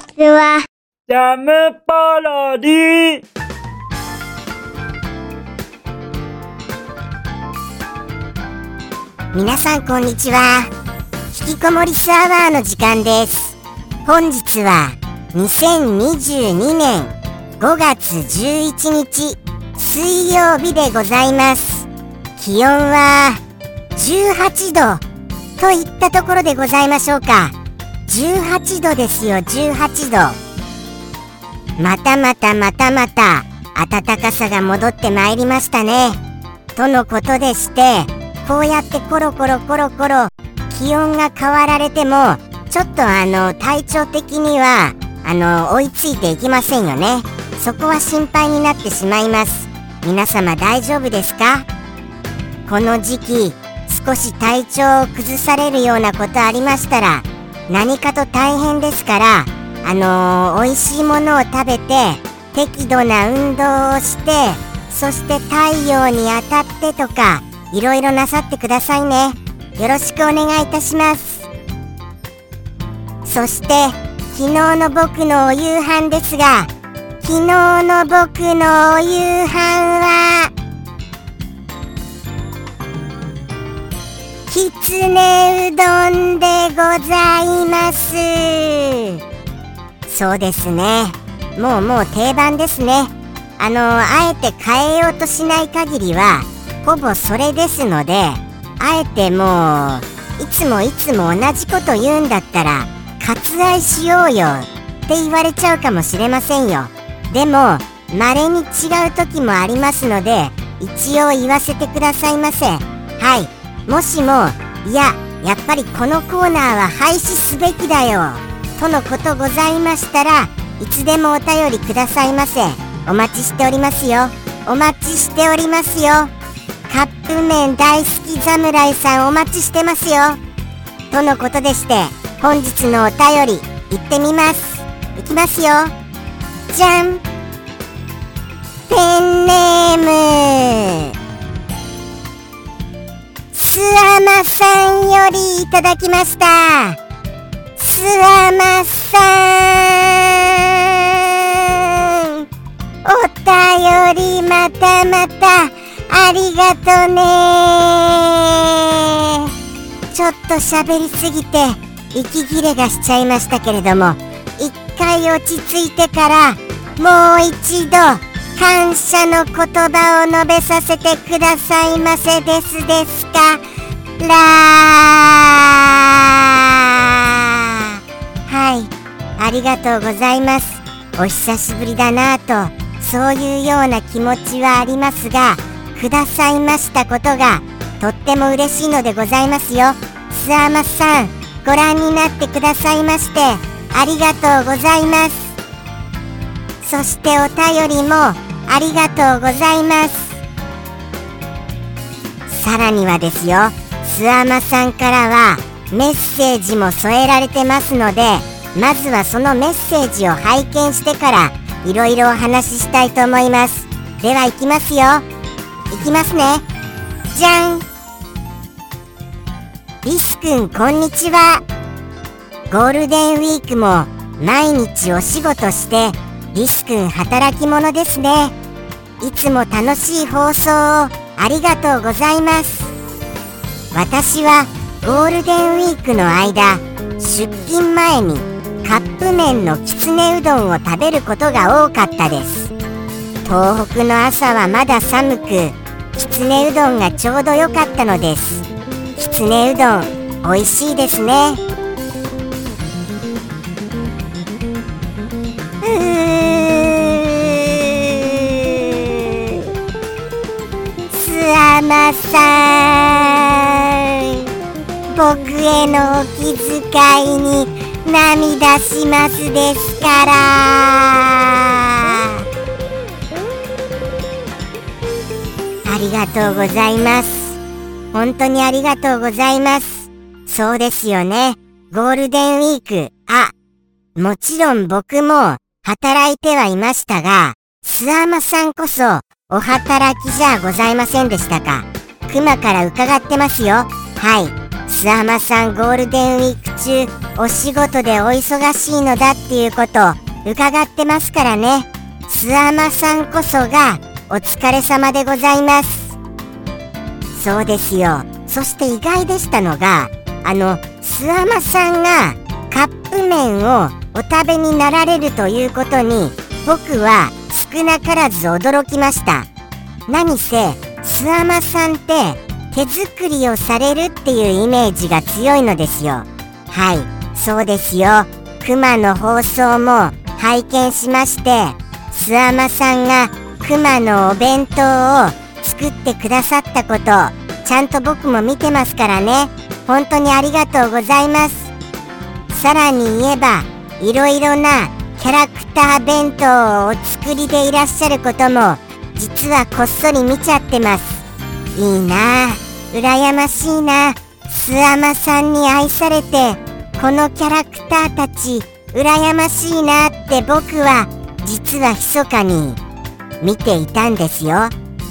ちは。 ジャムパロディ。 皆さんこんにちは。引きこもりスアワーの時間です。本日は2022年5月11日水曜日でございます。気温は18度といったところでございましょうか。18度ですよ、18度。またまた暖かさが戻ってまいりましたね。とのことでして、こうやってコロコロ気温が変わられてもちょっと体調的には追いついていきませんよね。そこは心配になってしまいます。皆様大丈夫ですか？この時期少し体調を崩されるようなことありましたら何かと大変ですから、美味しいものを食べて適度な運動をして、そして太陽に当たってとかいろいろなさってくださいね。よろしくお願いいたします。そして昨日の僕のお夕飯ですが、昨日の僕のお夕飯はきつねうどんでございます。そうですね、もう定番ですね。あえて変えようとしない限りはほぼそれですので、あえてもういつも同じこと言うんだったら割愛しようよって言われちゃうかもしれませんよ。でも稀に違う時もありますので一応言わせてくださいませ。はい、もしもやっぱりこのコーナーは廃止すべきだよとのことございましたらいつでもお便りくださいませ。お待ちしておりますよ。お待ちしておりますよ。カップ麺大好き侍さんお待ちしてますよとのことでして、本日のお便り行ってみます。いきますよ。じゃん。ペンネームスアマさんよりいただきました。スアマさん、お便りまたありがとね。ちょっと喋りすぎて息切れがしちゃいましたけれども、一回落ち着いてからもう一度感謝の言葉を述べさせてくださいませですからはい、ありがとうございます。お久しぶりだなぁと、そういうような気持ちはありますが、くださいましたことがとっても嬉しいのでございますよ。スアマさん、ご覧になってくださいましてありがとうございます。そしてお便りもありがとうございます。さらにはですよ、スアマさんからはメッセージも添えられてますので、まずはそのメッセージを拝見してからいろいろお話ししたいと思います。では行きますよ。行きますね。じゃん。リスくんこんにちは。ゴールデンウィークも毎日お仕事してリスくん働き者ですね。いつも楽しい放送をありがとうございます。私はゴールデンウィークの間、出勤前にカップ麺のきつねうどんを食べることが多かったです。東北の朝はまだ寒く、きつねうどんがちょうど良かったのです。きつねうどん美味しいですね。スアマさん、僕へのお気遣いに涙しますですから。ありがとうございます。本当にありがとうございます。そうですよね、ゴールデンウィーク、もちろん僕も働いてはいましたが、スアマさんこそお働きじゃございませんでしたか。クマから伺ってますよ。はい、 スアマさんゴールデンウィーク中お仕事でお忙しいのだっていうことを伺ってますからね。スアマさんこそがお疲れ様でございます。そうですよ。そして意外でしたのが、スアマさんがカップ麺をお食べになられるということに僕は少なからず驚きました。何せスアマさんって手作りをされるっていうイメージが強いのですよ。はい、そうですよ。クマの放送も拝見しまして、スアマさんがクマのお弁当を作ってくださったことちゃんと僕も見てますからね。本当にありがとうございます。さらに言えばいろいろなキャラクター弁当をお作りでいらっしゃることも実はこっそり見ちゃってます。いいなあ、羨ましいな。スアマさんに愛されてこのキャラクターたち羨ましいなって僕は実は密かに見ていたんですよ。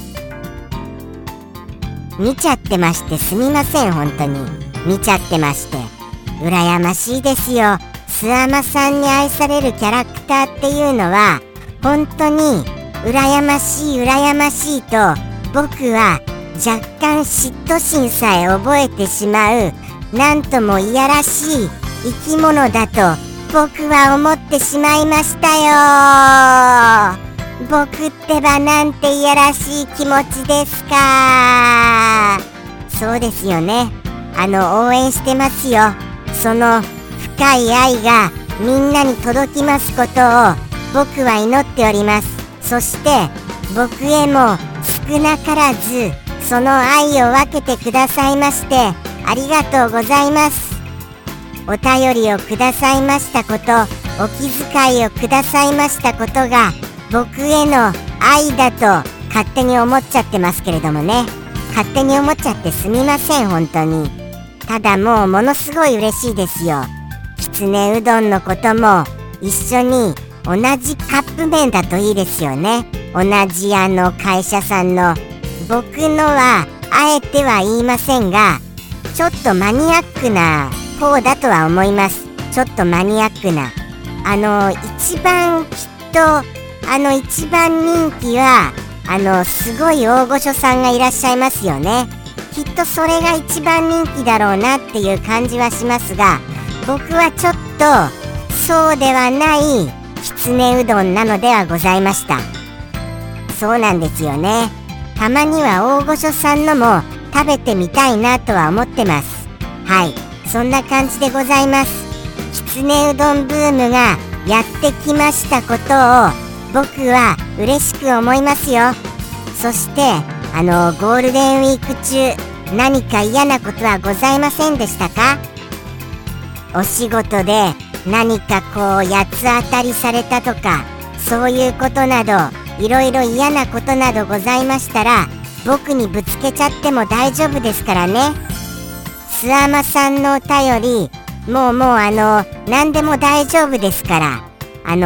見ちゃってましてすみません。本当に見ちゃってまして羨ましいですよ。スアマさんに愛されるキャラクターっていうのは本当に羨ましい羨ましいと僕は若干嫉妬心さえ覚えてしまう、なんともいやらしい生き物だと僕は思ってしまいましたよ。僕ってばなんていやらしい気持ちですか。そうですよね。応援してますよ。その深い愛がみんなに届きますことを僕は祈っております。そして僕へも少なからずその愛を分けてくださいましてありがとうございます。お便りをくださいましたこと、お気遣いをくださいましたことが僕への愛だと勝手に思っちゃってますけれどもね。勝手に思っちゃってすみません。本当にただもうものすごい嬉しいですよ。きつねうどんのことも一緒に同じカップ麺だといいですよね。同じ会社さんの。僕のはあえては言いませんがちょっとマニアックな方だとは思います。ちょっとマニアックな一番きっと一番人気はすごい大御所さんがいらっしゃいますよね。きっとそれが一番人気だろうなっていう感じはしますが、僕はちょっとそうではないきつねうどんなのではございました。そうなんですよね。たまには大御所さんのも食べてみたいなとは思ってます。はい、そんな感じでございます。きつねうどんブームがやってきましたことを僕は嬉しく思いますよ。そしてゴールデンウィーク中何か嫌なことはございませんでしたか？お仕事で何か八つ当たりされたとかそういうことなどいろいろ嫌なことなどございましたら僕にぶつけちゃっても大丈夫ですからね。スアマさんのお便りもう何でも大丈夫ですから、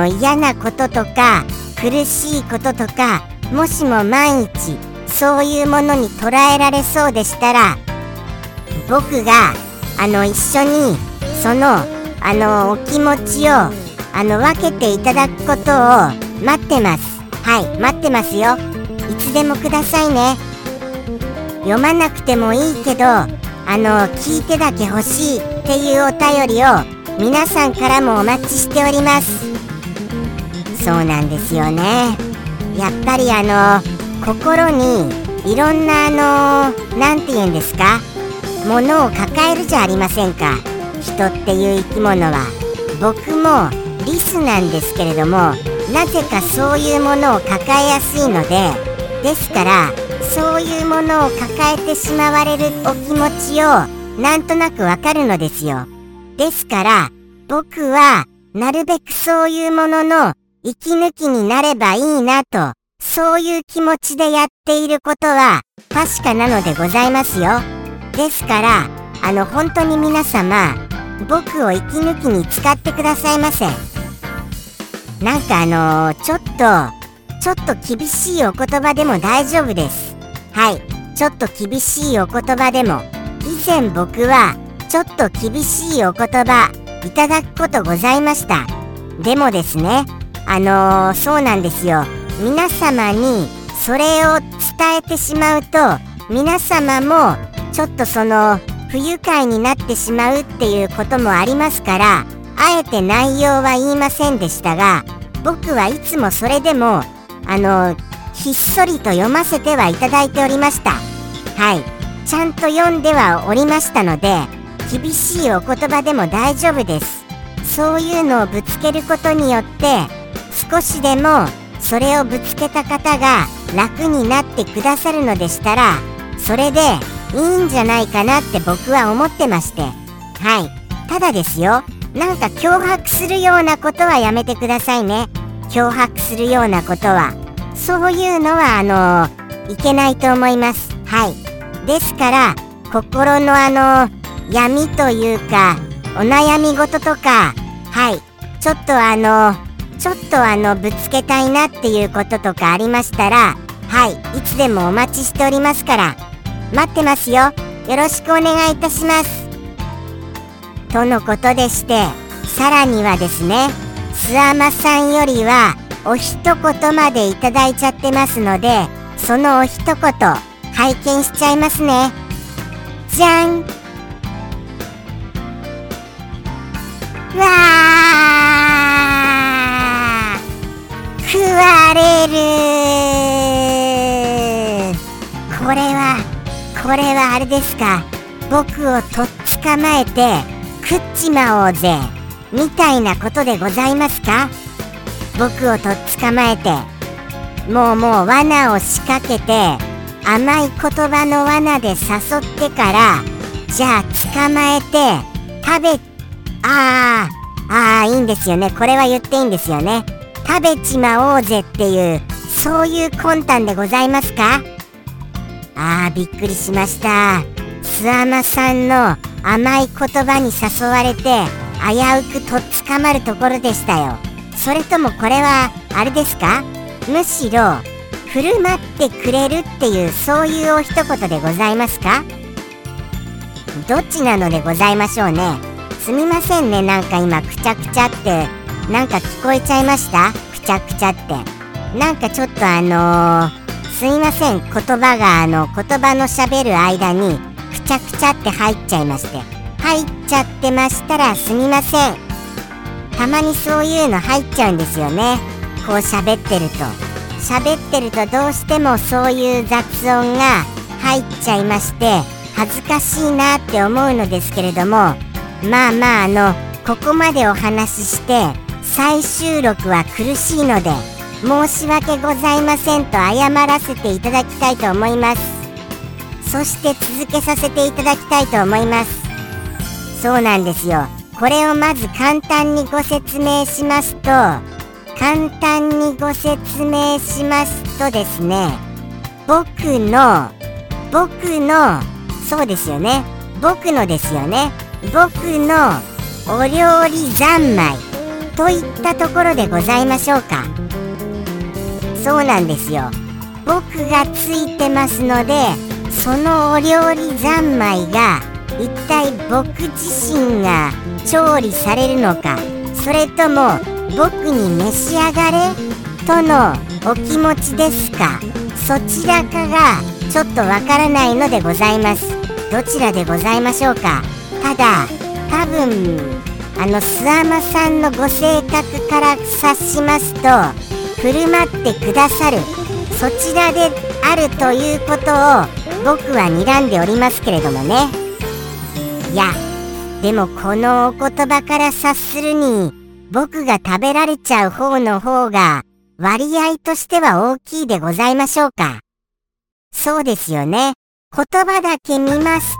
嫌なこととか苦しいこととかもしも万一そういうものに捉えられそうでしたら僕が一緒にそのお気持ちを分けていただくことを待ってます。はい、待ってますよ。いつでもくださいね。読まなくてもいいけど聞いてだけ欲しいっていうお便りを皆さんからもお待ちしております。そうなんですよね。やっぱり心にいろんななんて言うんですか、ものを抱えるじゃありませんか。人っていう生き物は。僕もリスなんですけれどもなぜかそういうものを抱えやすいので、ですからそういうものを抱えてしまわれるお気持ちをなんとなくわかるのですよ。ですから僕はなるべくそういうものの息抜きになればいいなと、そういう気持ちでやっていることは確かなのでございますよ。ですから本当に皆様僕を息抜きに使ってくださいませ。なんかちょっと厳しいお言葉でも大丈夫です。はい、ちょっと厳しいお言葉でも以前僕はちょっと厳しいお言葉いただくことございました。でもですね、そうなんですよ。皆様にそれを伝えてしまうと、皆様もちょっと不愉快になってしまうっていうこともありますから、あえて内容は言いませんでしたが、僕はいつもそれでもひっそりと読ませてはいただいておりました。はい、ちゃんと読んではおりましたので、厳しいお言葉でも大丈夫です。そういうのをぶつけることによって、少しでもそれをぶつけた方が楽になってくださるのでしたら、それでいいんじゃないかなって僕は思ってまして、はい。ただですよ、なんか脅迫するようなことはやめてくださいね。脅迫するようなことは、そういうのはいけないと思います。はい。ですから心の闇というかお悩み事とか、はい、ちょっとぶつけたいなっていうこととかありましたら、はい、いつでもお待ちしておりますから待ってますよ。よろしくお願いいたします。とのことでして、さらにはですね、すあまさんよりはお一言までいただいちゃってますので、そのお一言拝見しちゃいますね。じゃん。わー、食われる。これはあれですか、僕をとっ捕まえて食っちまおうぜみたいなことでございますか。僕をとっ捕まえてもう罠を仕掛けて、甘い言葉の罠で誘ってから、じゃあ捕まえていいんですよね。これは言っていいんですよね。食べちまおうぜっていう、そういう魂胆でございますか。びっくりしました。すあまさんの甘い言葉に誘われて危うくとっ捕まるところでしたよ。それともこれはあれですか、むしろ振る舞ってくれるっていう、そういうお一言でございますか。どっちなのでございましょうね。すみませんね、なんか今くちゃくちゃってなんか聞こえちゃいました。くちゃくちゃってなんかちょっとすいません、言葉の喋る間にくちゃくちゃって入っちゃいまして、入っちゃってましたらすみません。たまにそういうの入っちゃうんですよね。こう喋ってるとどうしてもそういう雑音が入っちゃいまして、恥ずかしいなって思うのですけれども、ここまでお話しして再収録は苦しいので申し訳ございませんと謝らせていただきたいと思います。そして続けさせていただきたいと思います。そうなんですよ。これをまず簡単にご説明しますとですね、僕のそうですよね、僕のお料理三昧といったところでございましょうか。そうなんですよ。僕がついてますので、そのお料理三昧が一体僕自身が調理されるのか、それとも僕に召し上がれとのお気持ちですか、そちらかがちょっとわからないのでございます。どちらでございましょうか。ただ多分すあまさんのご性格から察しますと、振る舞ってくださるそちらであるということを僕は睨んでおりますけれどもね。いやでもこのお言葉から察するに、僕が食べられちゃう方の方が割合としては大きいでございましょうか。そうですよね。言葉だけ見ます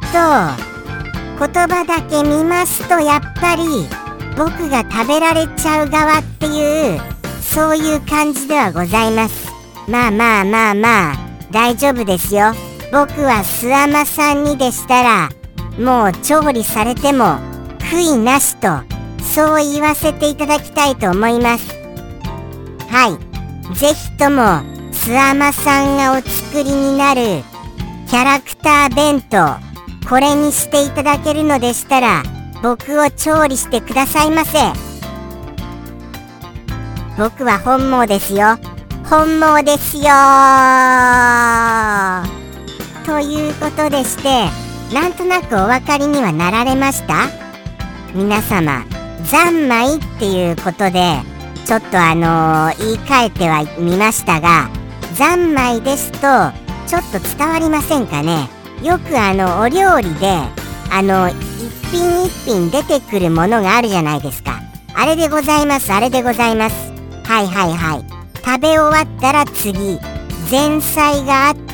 とやっぱり僕が食べられちゃう側っていう、そういう感じではございます。まあ大丈夫ですよ。僕はすあまさんにでしたらもう調理されても悔いなしと、そう言わせていただきたいと思います。はい、ぜひともすあまさんがお作りになるキャラクター弁当、 これにしていただけるのでしたら、僕を調理してくださいませ。僕は本望ですよ。本望ですよ。ということでして、なんとなくお分かりにはなられました？皆様、三昧っていうことでちょっと言い換えてはみましたが、三昧ですとちょっと伝わりませんかね。よくお料理で一品一品出てくるものがあるじゃないですか。あれでございます、あれでございます。はいはいはい。食べ終わったら次、前菜があって、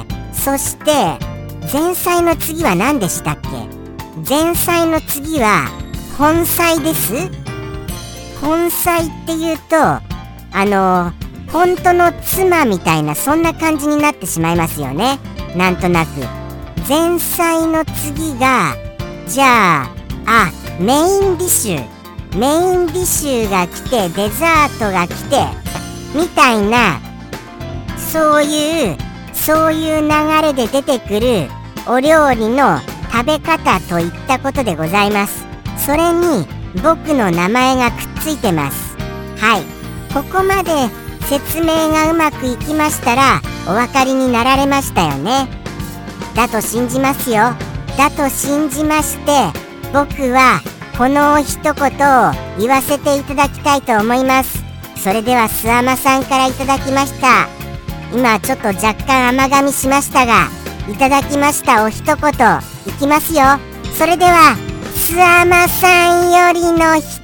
そして前菜の次は何でしたっけ？前菜の次は本菜です。本菜っていうと本当の妻みたいな、そんな感じになってしまいますよね。なんとなく前菜の次が、じゃあメインディッシュが来て、デザートが来てみたいな、そういう流れで出てくるお料理の食べ方といったことでございます。それに僕の名前がくっついてます。はい、ここまで説明がうまくいきましたらお分かりになられましたよね。だと信じますよ。だと信じまして、僕はこの一言を言わせていただきたいと思います。それではすあまさんからいただきました。今ちょっと若干甘噛みしましたが、いただきましたお一言いきますよ。それではすあまさんよりの一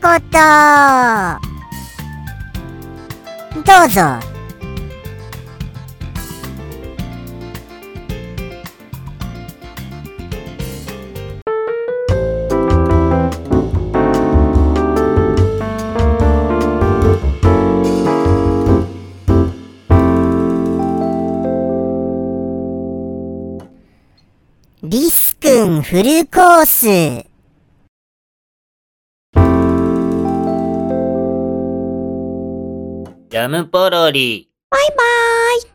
言どうぞ。リス君フルコース。 ジャムポロリ。 バイバーイ。